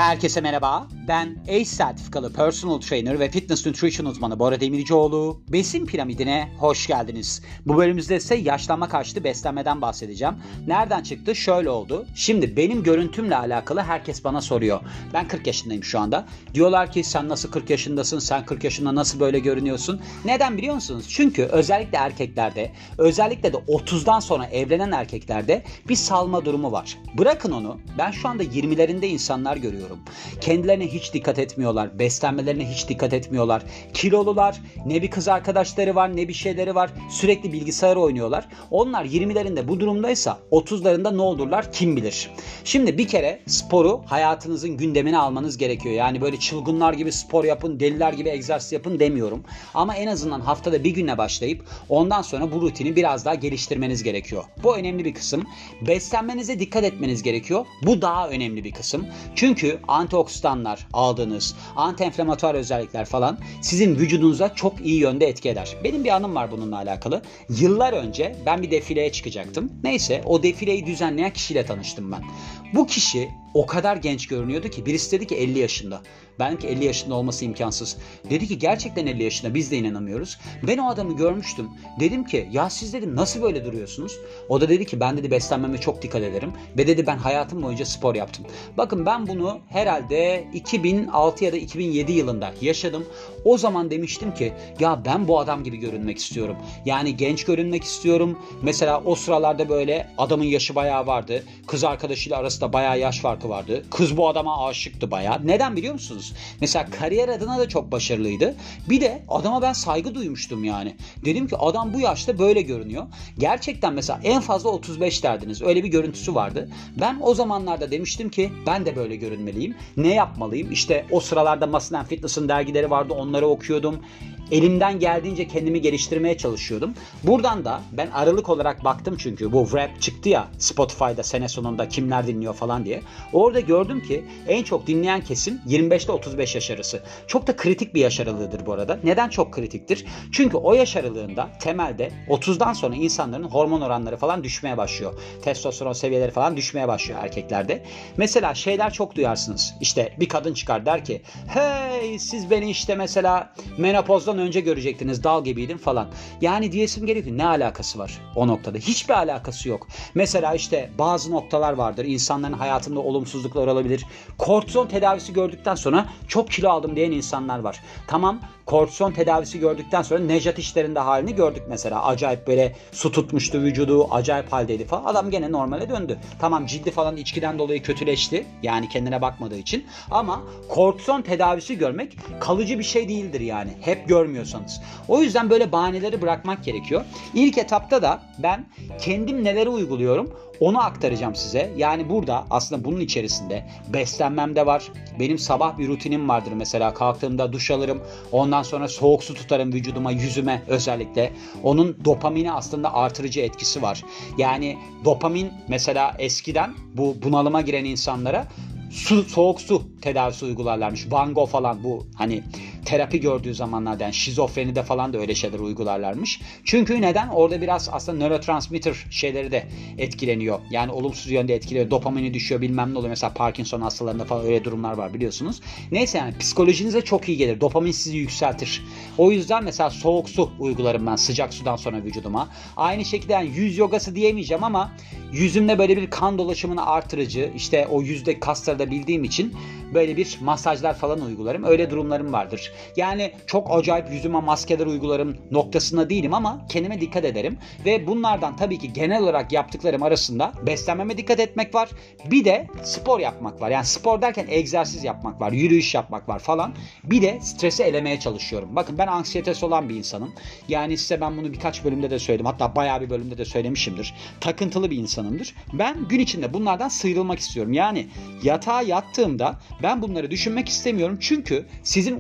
Herkese merhaba. Ben ACE sertifikalı personal trainer ve fitness nutrition uzmanı Bora Demircioğlu. Besin piramidine hoş geldiniz. Bu bölümümüzde ise yaşlanma karşıtı beslenmeden bahsedeceğim. Nereden çıktı? Şöyle oldu. Şimdi benim görüntümle alakalı herkes bana soruyor. Ben 40 yaşındayım şu anda. Diyorlar ki sen nasıl 40 yaşındasın? Sen 40 yaşında nasıl böyle görünüyorsun? Neden biliyor musunuz? Çünkü özellikle erkeklerde, özellikle de 30'dan sonra evlenen erkeklerde bir salma durumu var. Bırakın onu. Ben şu anda 20'lerinde insanlar görüyorum. Kendilerine hiç dikkat etmiyorlar. Beslenmelerine hiç dikkat etmiyorlar. Kilolular. Ne bir kız arkadaşları var ne bir şeyleri var. Sürekli bilgisayar oynuyorlar. Onlar 20'lerinde bu durumdaysa 30'larında ne olurlar kim bilir. Şimdi bir kere sporu hayatınızın gündemine almanız gerekiyor. Yani böyle çılgınlar gibi spor yapın, deliler gibi egzersiz yapın demiyorum. Ama en azından haftada bir günle başlayıp ondan sonra bu rutini biraz daha geliştirmeniz gerekiyor. Bu önemli bir kısım. Beslenmenize dikkat etmeniz gerekiyor. Bu daha önemli bir kısım. Çünkü antioksidanlar aldığınız, anti-enflamatuar özellikler falan sizin vücudunuza çok iyi yönde etki eder. Benim bir anım var bununla alakalı. Yıllar önce ben bir defileye çıkacaktım. Neyse o defileyi düzenleyen kişiyle tanıştım ben. Bu kişi o kadar genç görünüyordu ki birisi dedi ki 50 yaşında. Ben dedim ki 50 yaşında olması imkansız. Dedi ki gerçekten 50 yaşında, biz de inanamıyoruz. Ben o adamı görmüştüm. Dedim ki ya siz dedim nasıl böyle duruyorsunuz? O da dedi ki ben dedi beslenmeme çok dikkat ederim. Ve dedi ben hayatım boyunca spor yaptım. Bakın ben bunu herhalde 2006 ya da 2007 yılında yaşadım. O zaman demiştim ki ya ben bu adam gibi görünmek istiyorum. Yani genç görünmek istiyorum. Mesela o sıralarda böyle adamın yaşı bayağı vardı. Kız arkadaşıyla arasında bayağı yaş farkı vardı. Kız bu adama aşıktı bayağı. Neden biliyor musunuz? Mesela kariyer adına da çok başarılıydı. Bir de adama ben saygı duymuştum yani. Dedim ki adam bu yaşta böyle görünüyor. Gerçekten mesela en fazla 35 derdiniz. Öyle bir görüntüsü vardı. Ben o zamanlarda demiştim ki ben de böyle görünmeliyim. Ne yapmalıyım? İşte o sıralarda Muscle and Fitness'ın dergileri vardı. Onları okuyordum. Elimden geldiğince kendimi geliştirmeye çalışıyordum. Buradan da ben aralık olarak baktım çünkü bu rap çıktı ya Spotify'da sene sonunda kimler dinliyor falan diye. Orada gördüm ki en çok dinleyen kesim 25 ile 35 yaş arası. Çok da kritik bir yaş aralığıdır bu arada. Neden çok kritiktir? Çünkü o yaş aralığında temelde 30'dan sonra insanların hormon oranları falan düşmeye başlıyor. Testosteron seviyeleri falan düşmeye başlıyor erkeklerde. Mesela şeyler çok duyarsınız. İşte bir kadın çıkar der ki hey siz beni işte mesela menopozdan önce görecektiniz, dal gibiydim falan. Yani diyesim gerekiyor. Ne alakası var o noktada? Hiçbir alakası yok. Mesela işte bazı noktalar vardır. İnsanların hayatında olumsuzluklar olabilir. Kortizon tedavisi gördükten sonra çok kilo aldım diyen insanlar var. Tamam, kortizon tedavisi gördükten sonra Nejat İşler'in de halini gördük mesela. Acayip böyle su tutmuştu vücudu, acayip haldeydi falan. Adam gene normale döndü. Tamam cildi falan içkiden dolayı kötüleşti. Yani kendine bakmadığı için. Ama kortizon tedavisi görmek kalıcı bir şey değildir yani. Hep görmüyorsanız. O yüzden böyle bahaneleri bırakmak gerekiyor. İlk etapta da ben kendim neleri uyguluyorum onu aktaracağım size. Yani burada aslında bunun içerisinde beslenmem de var. Benim sabah bir rutinim vardır mesela. Kalktığımda duş alırım. Ondan sonra soğuk su tutarım vücuduma, yüzüme özellikle. Onun dopamini aslında artırıcı etkisi var. Yani dopamin mesela eskiden bu bunalıma giren insanlara soğuk su tedavisi uygularlarmış. Van Gogh falan bu hani terapi gördüğü zamanlarda yani şizofrenide falan da öyle şeyler uygularlarmış. Çünkü neden? Orada biraz aslında nörotransmitter şeyleri de etkileniyor. Yani olumsuz yönde etkiliyor. Dopamini düşüyor bilmem ne oluyor. Mesela Parkinson hastalarında falan öyle durumlar var biliyorsunuz. Neyse yani psikolojinize çok iyi gelir. Dopamin sizi yükseltir. O yüzden mesela soğuk su uygularım ben sıcak sudan sonra vücuduma. Aynı şekilde yani yüz yogası diyemeyeceğim ama yüzümde böyle bir kan dolaşımını artırıcı işte o yüzdeki kasları da bildiğim için böyle bir masajlar falan uygularım. Öyle durumlarım vardır. Yani çok acayip yüzüme maskeler uygularım noktasında değilim ama kendime dikkat ederim. Ve bunlardan tabii ki genel olarak yaptıklarım arasında beslenmeme dikkat etmek var. Bir de spor yapmak var. Yani spor derken egzersiz yapmak var. Yürüyüş yapmak var falan. Bir de stresi elemeye çalışıyorum. Bakın ben anksiyetesi olan bir insanım. Yani size ben bunu birkaç bölümde de söyledim. Hatta bayağı bir bölümde de söylemişimdir. Takıntılı bir insanımdır. Ben gün içinde bunlardan sıyrılmak istiyorum. Yani yatağa yattığımda ben bunları düşünmek istemiyorum. Çünkü sizin uyku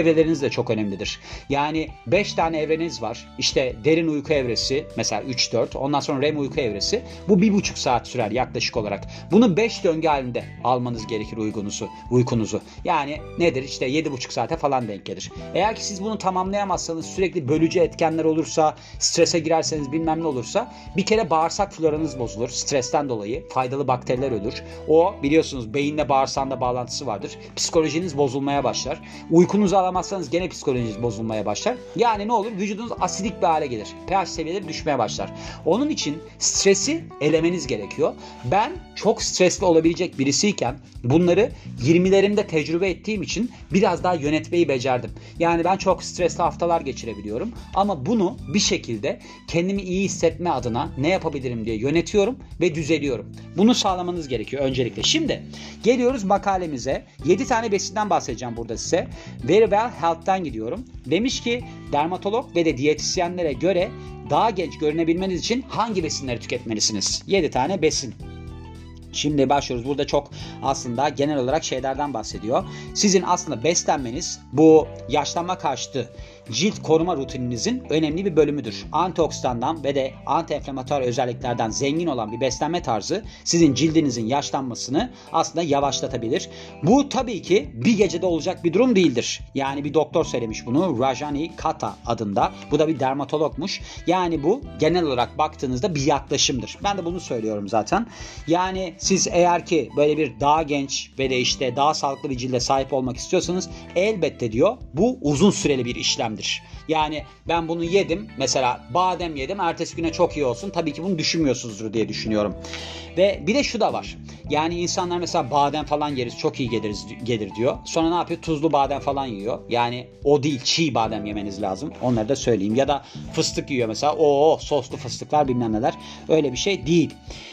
evreleriniz de çok önemlidir. Yani 5 tane evreniz var. İşte derin uyku evresi mesela 3-4. Ondan sonra REM uyku evresi. Bu 1,5 saat sürer yaklaşık olarak. Bunu 5 döngü halinde almanız gerekir uykunuzu. Yani nedir? İşte 7,5 saate falan denk gelir. Eğer ki siz bunu tamamlayamazsanız, sürekli bölücü etkenler olursa, strese girerseniz, bilmem ne olursa, bir kere bağırsak floranız bozulur. Stresten dolayı faydalı bakteriler ölür. O biliyorsunuz beyinle bağırsağın da bağlantısı vardır. Psikolojiniz bozulmaya başlar. Uykunuzu alamazsanız gene psikolojiniz bozulmaya başlar. Yani ne olur? Vücudunuz asidik bir hale gelir. pH seviyeleri düşmeye başlar. Onun için stresi elemeniz gerekiyor. Ben çok stresli olabilecek birisiyken bunları 20'lerimde tecrübe ettiğim için biraz daha yönetmeyi becerdim. Yani ben çok stresli haftalar geçirebiliyorum ama bunu bir şekilde kendimi iyi hissetme adına ne yapabilirim diye yönetiyorum ve düzeliyorum. Bunu sağlamanız gerekiyor öncelikle. Şimdi geliyoruz makalemize. 7 tane besinden bahsedeceğim burada size. Very Well Health'tan gidiyorum. Demiş ki dermatolog ve de diyetisyenlere göre daha genç görünebilmeniz için hangi besinleri tüketmelisiniz? 7 tane besin. Şimdi başlıyoruz. Burada çok aslında genel olarak şeylerden bahsediyor. Sizin aslında beslenmeniz bu yaşlanma karşıtı cilt koruma rutininizin önemli bir bölümüdür. Antioksidandan ve de antiinflamatuar özelliklerden zengin olan bir beslenme tarzı sizin cildinizin yaşlanmasını aslında yavaşlatabilir. Bu tabii ki bir gecede olacak bir durum değildir. Yani bir doktor söylemiş bunu. Rajani Kata adında. Bu da bir dermatologmuş. Yani bu genel olarak baktığınızda bir yaklaşımdır. Ben de bunu söylüyorum zaten. Yani siz eğer ki böyle bir daha genç ve de işte daha sağlıklı bir cilde sahip olmak istiyorsanız elbette diyor bu uzun süreli bir işlemdir. Yani ben bunu yedim, mesela badem yedim, ertesi güne çok iyi olsun. Tabii ki bunu düşünmüyorsunuzdur diye düşünüyorum. Ve bir de şu da var. Yani insanlar mesela badem falan yeriz, çok iyi gelir diyor. Sonra ne yapıyor? Tuzlu badem falan yiyor. Yani o değil, çiğ badem yemeniz lazım. Onları da söyleyeyim. Ya da fıstık yiyor mesela. Soslu fıstıklar bilmem neler. Öyle bir şey değil.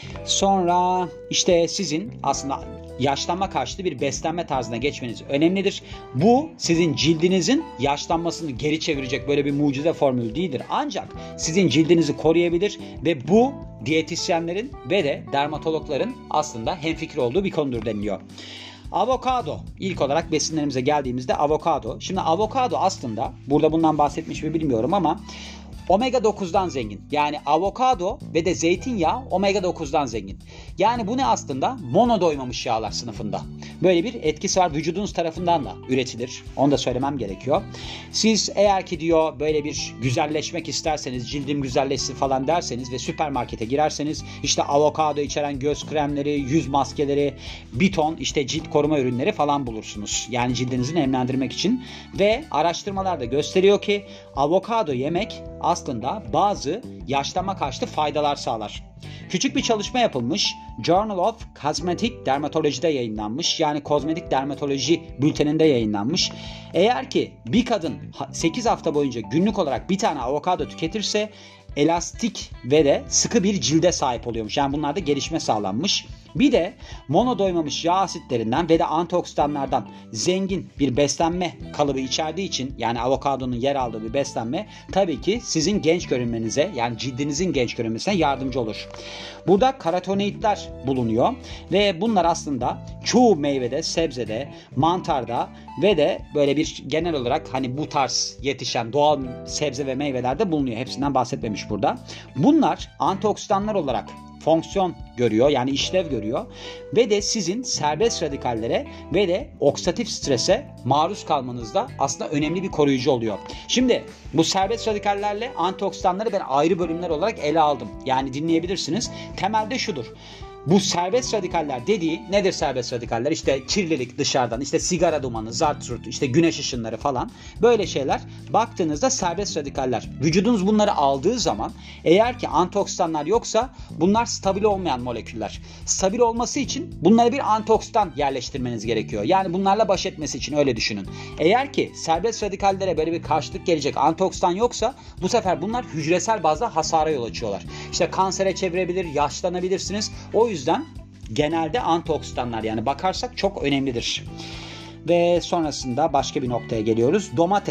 Sonra işte sizin aslında yaşlanma karşıtı bir beslenme tarzına geçmeniz önemlidir. Bu sizin cildinizin yaşlanmasını geri çevirecek böyle bir mucize formülü değildir. Ancak sizin cildinizi koruyabilir ve bu diyetisyenlerin ve de dermatologların aslında hemfikir olduğu bir konudur deniliyor. Avokado. İlk olarak besinlerimize geldiğimizde avokado. Şimdi avokado aslında burada bundan bahsetmiş mi bilmiyorum ama omega 9'dan zengin. Yani avokado ve de zeytinyağı omega 9'dan zengin. Yani bu ne aslında? Monodoymamış yağlar sınıfında. Böyle bir etkisi var. Vücudunuz tarafından da üretilir. Onu da söylemem gerekiyor. Siz eğer ki diyor böyle bir güzelleşmek isterseniz, cildim güzelleşsin falan derseniz ve süpermarkete girerseniz işte avokado içeren göz kremleri, yüz maskeleri, bir ton işte cilt koruma ürünleri falan bulursunuz. Yani cildinizi nemlendirmek için. Ve araştırmalar da gösteriyor ki avokado yemek aslında bazı yaşlanma karşıtı faydalar sağlar. Küçük bir çalışma yapılmış. Journal of Cosmetic Dermatology'de yayınlanmış. Yani kozmetik dermatoloji bülteninde yayınlanmış. Eğer ki bir kadın 8 hafta boyunca günlük olarak bir tane avokado tüketirse elastik ve de sıkı bir cilde sahip oluyormuş. Yani bunlarda gelişme sağlanmış. Bir de monodoymamış yağ asitlerinden ve de antioksidanlardan zengin bir beslenme kalıbı içerdiği için, yani avokadonun yer aldığı bir beslenme tabii ki sizin genç görünmenize, yani cildinizin genç görünmesine yardımcı olur. Burada karotenoidler bulunuyor ve bunlar aslında çoğu meyvede, sebzede, mantarda ve de böyle bir genel olarak hani bu tarz yetişen doğal sebze ve meyvelerde bulunuyor. Hepsinden bahsetmemiş burada. Bunlar antioksidanlar olarak fonksiyon görüyor, yani işlev görüyor ve de sizin serbest radikallere ve de oksidatif strese maruz kalmanızda aslında önemli bir koruyucu oluyor. Şimdi bu serbest radikallerle antioksidanları ben ayrı bölümler olarak ele aldım. Yani dinleyebilirsiniz. Temelde şudur. Bu serbest radikaller dediği nedir serbest radikaller? İşte kirlilik dışarıdan, işte sigara dumanı, zartürk, işte güneş ışınları falan, böyle şeyler baktığınızda serbest radikaller. Vücudunuz bunları aldığı zaman eğer ki antioksidanlar yoksa bunlar stabil olmayan moleküller. Stabil olması için bunlara bir antioksidan yerleştirmeniz gerekiyor. Yani bunlarla baş etmesi için öyle düşünün. Eğer ki serbest radikallere böyle bir karşılık gelecek antioksidan yoksa bu sefer bunlar hücresel bazda hasara yol açıyorlar. İşte kansere çevirebilir, yaşlanabilirsiniz. O yüzden genelde antioksidanlar, yani bakarsak çok önemlidir. Ve sonrasında başka bir noktaya geliyoruz. Domates.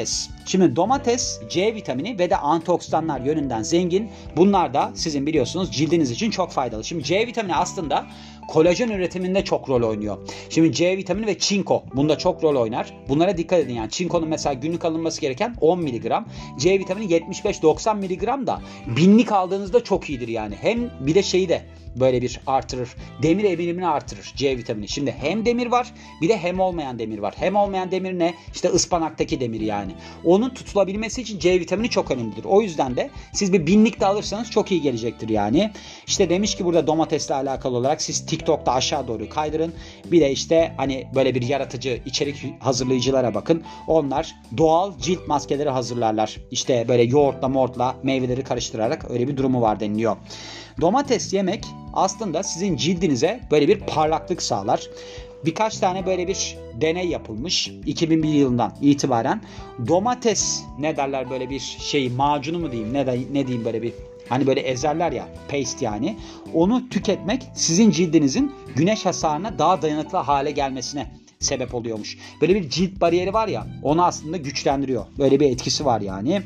Şimdi domates C vitamini ve de antioksidanlar yönünden zengin. Bunlar da sizin biliyorsunuz cildiniz için çok faydalı. Şimdi C vitamini aslında kolajen üretiminde çok rol oynuyor. Şimdi C vitamini ve çinko bunda çok rol oynar. Bunlara dikkat edin yani. Çinkonun mesela günlük alınması gereken 10 mg. C vitamini 75-90 mg da binlik aldığınızda çok iyidir yani. Hem bir de şeyi de böyle bir artırır. Demir emilimini artırır C vitamini. Şimdi hem demir var bir de hem olmayan demir var. Hem olmayan demir ne? İşte ıspanaktaki demir yani. Onun tutulabilmesi için C vitamini çok önemlidir. O yüzden de siz bir binlik de alırsanız çok iyi gelecektir yani. İşte demiş ki burada domatesle alakalı olarak siz TikTok'ta aşağı doğru kaydırın. Bir de işte hani böyle bir yaratıcı içerik hazırlayıcılara bakın. Onlar doğal cilt maskeleri hazırlarlar. İşte böyle yoğurtla mortla meyveleri karıştırarak öyle bir durumu var deniliyor. Domates yemek aslında sizin cildinize böyle bir parlaklık sağlar. Birkaç tane böyle bir deney yapılmış 2001 yılından itibaren. Domates ne derler böyle bir şey macunu mu diyeyim ne diyeyim böyle bir hani böyle ezerler ya paste yani. Onu tüketmek sizin cildinizin güneş hasarına daha dayanıklı hale gelmesine sebep oluyormuş. Böyle bir cilt bariyeri var ya onu aslında güçlendiriyor. Böyle bir etkisi var yani.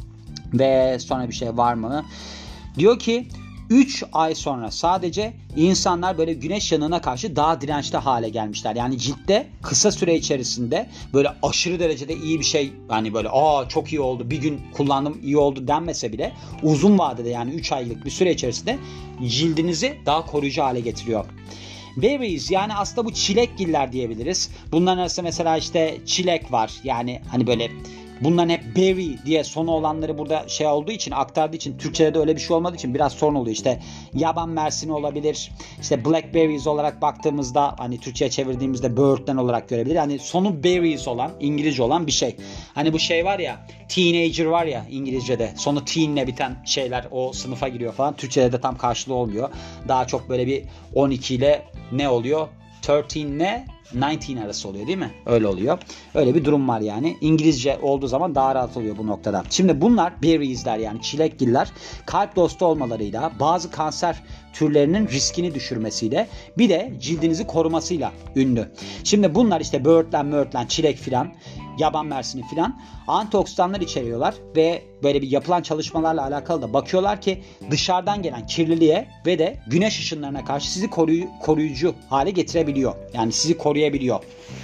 Ve sonra bir şey var mı? Diyor ki 3 ay sonra sadece insanlar böyle güneş yanığına karşı daha dirençli hale gelmişler. Yani ciltte kısa süre içerisinde böyle aşırı derecede iyi bir şey hani böyle çok iyi oldu bir gün kullandım iyi oldu denmese bile uzun vadede yani 3 aylık bir süre içerisinde cildinizi daha koruyucu hale getiriyor. Berries yani aslında bu çilekgiller diyebiliriz. Bunların arasında mesela işte çilek var. Yani hani böyle bunların hep berry diye sonu olanları burada şey olduğu için aktardığı için Türkçe'de de öyle bir şey olmadığı için biraz sorun oluyor. İşte yaban mersini olabilir. İşte blackberries olarak baktığımızda hani Türkçe'ye çevirdiğimizde böğürtlen olarak görebilir. Yani sonu berries olan İngilizce olan bir şey. Hani bu şey var ya teenager var ya İngilizce'de sonu teen'le biten şeyler o sınıfa giriyor falan. Türkçe'de de tam karşılığı olmuyor. Daha çok böyle bir 12 ile ne oluyor? 13 ile 19 arası oluyor değil mi? Öyle oluyor. Öyle bir durum var yani. İngilizce olduğu zaman daha rahat oluyor bu noktada. Şimdi bunlar berries'ler yani çilekgiller kalp dostu olmalarıyla bazı kanser türlerinin riskini düşürmesiyle bir de cildinizi korumasıyla ünlü. Şimdi bunlar işte böğürtlen, çilek filan yaban mersini filan antioksidanlar içeriyorlar ve böyle bir yapılan çalışmalarla alakalı da bakıyorlar ki dışarıdan gelen kirliliğe ve de güneş ışınlarına karşı sizi koruyucu hale getirebiliyor. Yani sizi koruyabiliyor.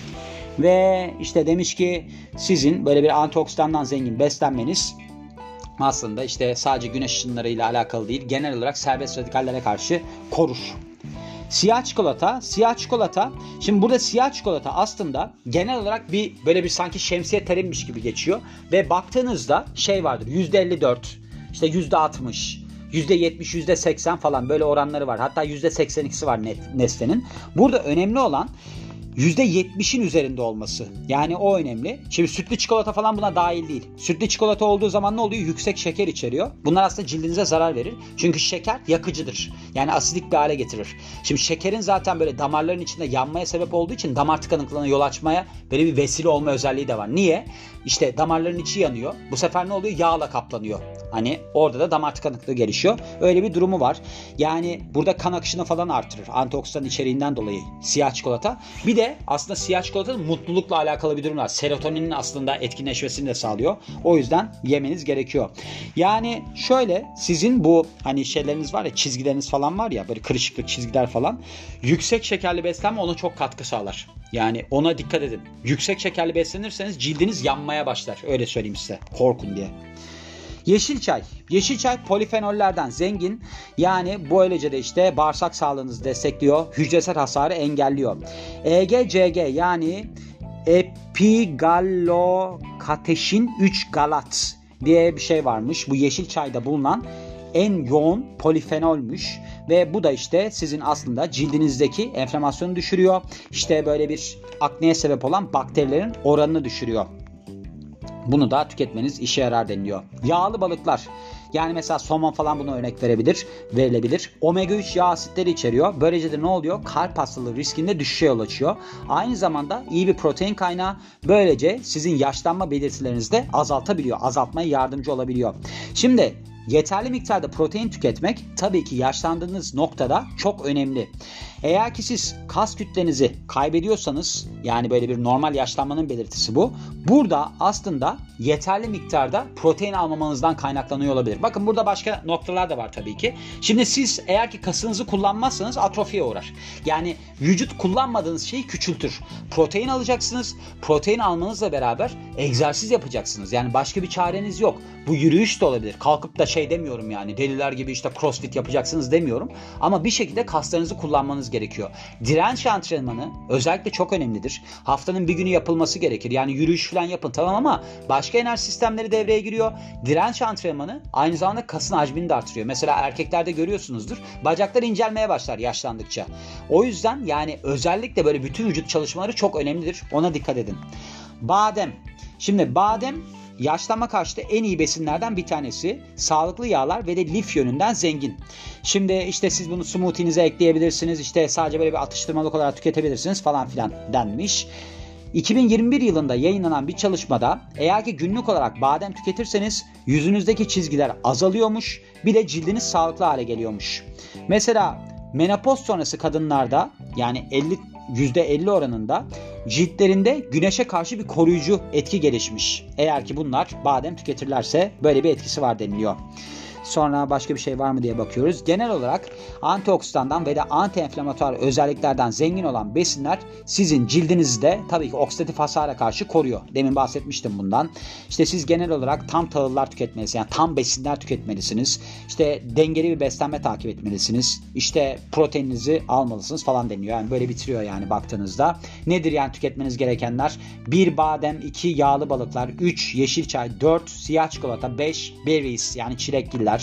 Ve işte demiş ki sizin böyle bir antioksidandan zengin beslenmeniz aslında işte sadece güneş ışınlarıyla alakalı değil genel olarak serbest radikallere karşı korur. Siyah çikolata. Şimdi burada siyah çikolata aslında genel olarak bir böyle bir sanki şemsiye terimmiş gibi geçiyor. Ve baktığınızda şey vardır %54, işte %60, %70, %80 falan böyle oranları var. Hatta %82'si var Nestle'nin. Burada önemli olan %70'in üzerinde olması. Yani o önemli. Şimdi sütlü çikolata falan buna dahil değil. Sütlü çikolata olduğu zaman ne oluyor? Yüksek şeker içeriyor. Bunlar aslında cildinize zarar verir. Çünkü şeker yakıcıdır. Yani asidik bir hale getirir. Şimdi şekerin zaten böyle damarların içinde yanmaya sebep olduğu için damar tıkanıklığına yol açmaya böyle bir vesile olma özelliği de var. Niye? İşte damarların içi yanıyor. Bu sefer ne oluyor? Yağla kaplanıyor. Hani orada da damar tıkanıklığı gelişiyor. Öyle bir durumu var. Yani burada kan akışını falan artırır. Antioksidan içeriğinden dolayı siyah çikolata. Bir de aslında siyah çikolatanın mutlulukla alakalı bir durum var. Serotoninin aslında etkinleşmesini de sağlıyor. O yüzden yemeniz gerekiyor. Yani şöyle sizin bu hani şeyleriniz var ya çizgileriniz falan var ya böyle kırışıklık çizgiler falan. Yüksek şekerli beslenme ona çok katkı sağlar. Yani ona dikkat edin. Yüksek şekerli beslenirseniz cildiniz yanmaya başlar. Öyle söyleyeyim size. Korkun diye. Yeşil çay polifenollerden zengin. Yani böylece de işte bağırsak sağlığınızı destekliyor. Hücresel hasarı engelliyor. EGCG yani epigallocatechin 3 galat diye bir şey varmış. Bu yeşil çayda bulunan en yoğun polifenolmüş ve bu da işte sizin aslında cildinizdeki enflamasyonu düşürüyor. İşte böyle bir akneye sebep olan bakterilerin oranını düşürüyor. Bunu da tüketmeniz işe yarar deniliyor. Yağlı balıklar. Yani mesela somon falan buna örnek verilebilir. Omega 3 yağ asitleri içeriyor. Böylece de ne oluyor? Kalp hastalığı riskinde düşüşe yol açıyor. Aynı zamanda iyi bir protein kaynağı. Böylece sizin yaşlanma belirtilerinizi de azaltabiliyor. Azaltmaya yardımcı olabiliyor. Şimdi yeterli miktarda protein tüketmek tabii ki yaşlandığınız noktada çok önemli. Eğer ki siz kas kütlenizi kaybediyorsanız, yani böyle bir normal yaşlanmanın belirtisi bu. Burada aslında yeterli miktarda protein almamanızdan kaynaklanıyor olabilir. Bakın burada başka noktalar da var tabii ki. Şimdi siz eğer ki kasınızı kullanmazsanız atrofiye uğrar. Yani vücut kullanmadığınız şeyi küçültür. Protein alacaksınız. Protein almanızla beraber egzersiz yapacaksınız. Yani başka bir çareniz yok. Bu yürüyüş de olabilir. Kalkıp da şey demiyorum, yani deliler gibi işte crossfit yapacaksınız demiyorum. Ama bir şekilde kaslarınızı kullanmanız gerekiyor. Direnç antrenmanı özellikle çok önemlidir. Haftanın bir günü yapılması gerekir. Yani yürüyüş falan yapın tamam, ama başka enerji sistemleri devreye giriyor. Direnç antrenmanı aynı zamanda kasın hacmini de artırıyor. Mesela erkeklerde görüyorsunuzdur. Bacaklar incelmeye başlar yaşlandıkça. O yüzden yani özellikle böyle bütün vücut çalışmaları çok önemlidir. Ona dikkat edin. Badem. Şimdi badem yaşlanma karşıtı en iyi besinlerden bir tanesi. Sağlıklı yağlar ve de lif yönünden zengin. Şimdi işte siz bunu smoothie'nize ekleyebilirsiniz. İşte sadece böyle bir atıştırmalık olarak tüketebilirsiniz falan filan denmiş. 2021 yılında yayınlanan bir çalışmada eğer ki günlük olarak badem tüketirseniz yüzünüzdeki çizgiler azalıyormuş. Bir de cildiniz sağlıklı hale geliyormuş. Mesela menopoz sonrası kadınlarda, yani %50 oranında ciltlerinde güneşe karşı bir koruyucu etki gelişmiş. Eğer ki bunlar badem tüketirlerse böyle bir etkisi var deniliyor. Sonra başka bir şey var mı diye bakıyoruz. Genel olarak antioksidandan ve de anti-enflamatuar özelliklerden zengin olan besinler sizin cildinizi de tabii ki oksidatif hasara karşı koruyor. Demin bahsetmiştim bundan. İşte siz genel olarak tam tahıllar tüketmelisiniz. Yani tam besinler tüketmelisiniz. İşte dengeli bir beslenme takip etmelisiniz. İşte proteininizi almalısınız falan deniliyor. Yani böyle bitiriyor yani baktığınızda. Nedir yani tüketmeniz gerekenler? 1 badem, 2 yağlı balıklar, 3 yeşil çay, 4 siyah çikolata, 5 berries yani çilekgiller,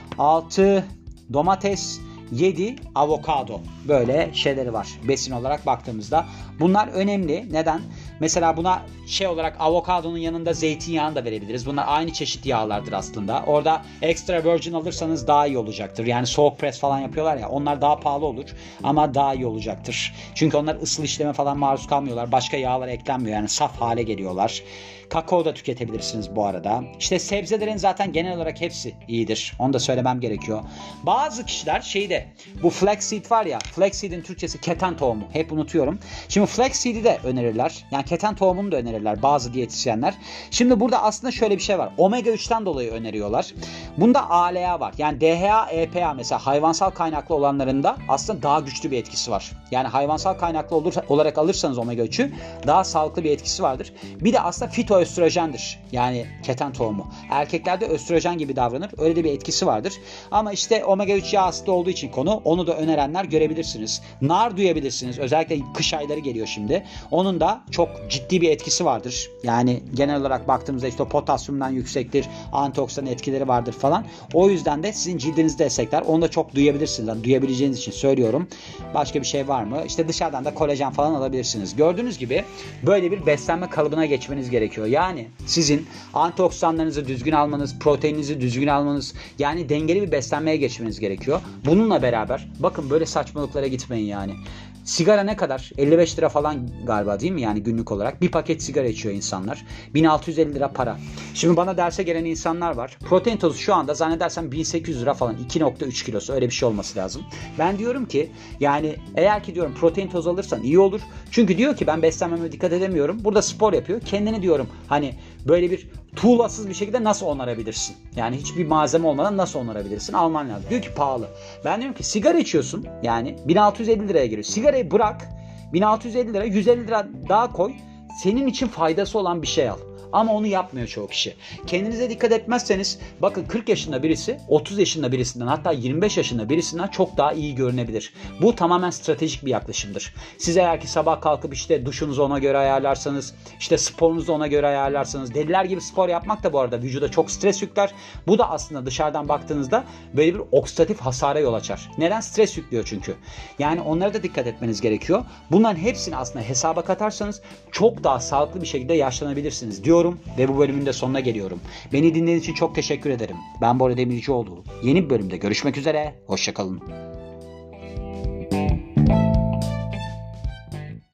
6 domates, 7 avokado. Böyle şeyleri var besin olarak baktığımızda. Bunlar önemli. Neden? Mesela buna şey olarak avokadonun yanında zeytinyağını da verebiliriz. Bunlar aynı çeşit yağlardır aslında. Orada extra virgin alırsanız daha iyi olacaktır. Yani soğuk press falan yapıyorlar ya, onlar daha pahalı olur ama daha iyi olacaktır. Çünkü onlar ısıl işleme falan maruz kalmıyorlar. Başka yağlar eklenmiyor. Yani saf hale geliyorlar. Kakao da tüketebilirsiniz bu arada. İşte sebzelerin zaten genel olarak hepsi iyidir. Onu da söylemem gerekiyor. Bazı kişiler bu flaxseed var ya, flaxseed'in Türkçesi keten tohumu. Hep unutuyorum. Şimdi flaxseed'i de önerirler. Yani keten tohumunu da önerirler bazı diyetisyenler. Şimdi burada aslında şöyle bir şey var. Omega 3'ten dolayı öneriyorlar. Bunda ALA var. Yani DHA, EPA mesela hayvansal kaynaklı olanlarında aslında daha güçlü bir etkisi var. Yani hayvansal kaynaklı olarak alırsanız omega 3'ü daha sağlıklı bir etkisi vardır. Bir de aslında fitoöstrojendir. Yani keten tohumu. Erkeklerde östrojen gibi davranır. Öyle de bir etkisi vardır. Ama işte omega 3 yağ asidi olduğu için konu, onu da önerenler görebilirsiniz. Nar duyabilirsiniz. Özellikle kış ayları geliyor şimdi. Onun da çok ciddi bir etkisi vardır. Yani genel olarak baktığımızda işte potasyumdan yüksektir. Antioksidan etkileri vardır falan. O yüzden de sizin cildinizi destekler. Onu da çok duyabilirsiniz. Duyabileceğiniz için söylüyorum. Başka bir şey var mı? İşte dışarıdan da kolajen falan alabilirsiniz. Gördüğünüz gibi böyle bir beslenme kalıbına geçmeniz gerekiyor. Yani sizin antioksidanlarınızı düzgün almanız, proteininizi düzgün almanız, yani dengeli bir beslenmeye geçmeniz gerekiyor. Bununla beraber bakın böyle saçmalıklara gitmeyin yani. Sigara ne kadar? 55 lira falan galiba değil mi? Yani günlük olarak. Bir paket sigara içiyor insanlar. 1650 lira para. Şimdi bana derse gelen insanlar var. Protein tozu şu anda zannedersem 1800 lira falan. 2.3 kilosu. Öyle bir şey olması lazım. Ben diyorum ki yani eğer ki diyorum protein tozu alırsan iyi olur. Çünkü diyor ki ben beslenmeme dikkat edemiyorum. Burada spor yapıyor. Kendini diyorum hani böyle bir tuğlasız bir şekilde nasıl onarabilirsin? Yani hiçbir malzeme olmadan nasıl onarabilirsin? Alman lazım. Diyor ki pahalı. Ben diyorum ki sigara içiyorsun. Yani 1650 liraya geliyor. Sigarayı bırak. 1650 lira, 150 lira daha koy. Senin için faydası olan bir şey al. Ama onu yapmıyor çoğu kişi. Kendinize dikkat etmezseniz bakın 40 yaşında birisi 30 yaşında birisinden, hatta 25 yaşında birisinden çok daha iyi görünebilir. Bu tamamen stratejik bir yaklaşımdır. Siz eğer ki sabah kalkıp işte duşunuzu ona göre ayarlarsanız, işte sporunuzu ona göre ayarlarsanız, deliler gibi spor yapmak da bu arada vücuda çok stres yükler. Bu da aslında dışarıdan baktığınızda böyle bir oksidatif hasara yol açar. Neden? Stres yüklüyor çünkü. Yani onlara da dikkat etmeniz gerekiyor. Bunların hepsini aslında hesaba katarsanız çok daha sağlıklı bir şekilde yaşlanabilirsiniz diyorum ve bu bölümün de sonuna geliyorum. Beni dinlediğiniz için çok teşekkür ederim. Ben Bora Demircioğlu. Yeni bir bölümde görüşmek üzere. Hoşça kalın.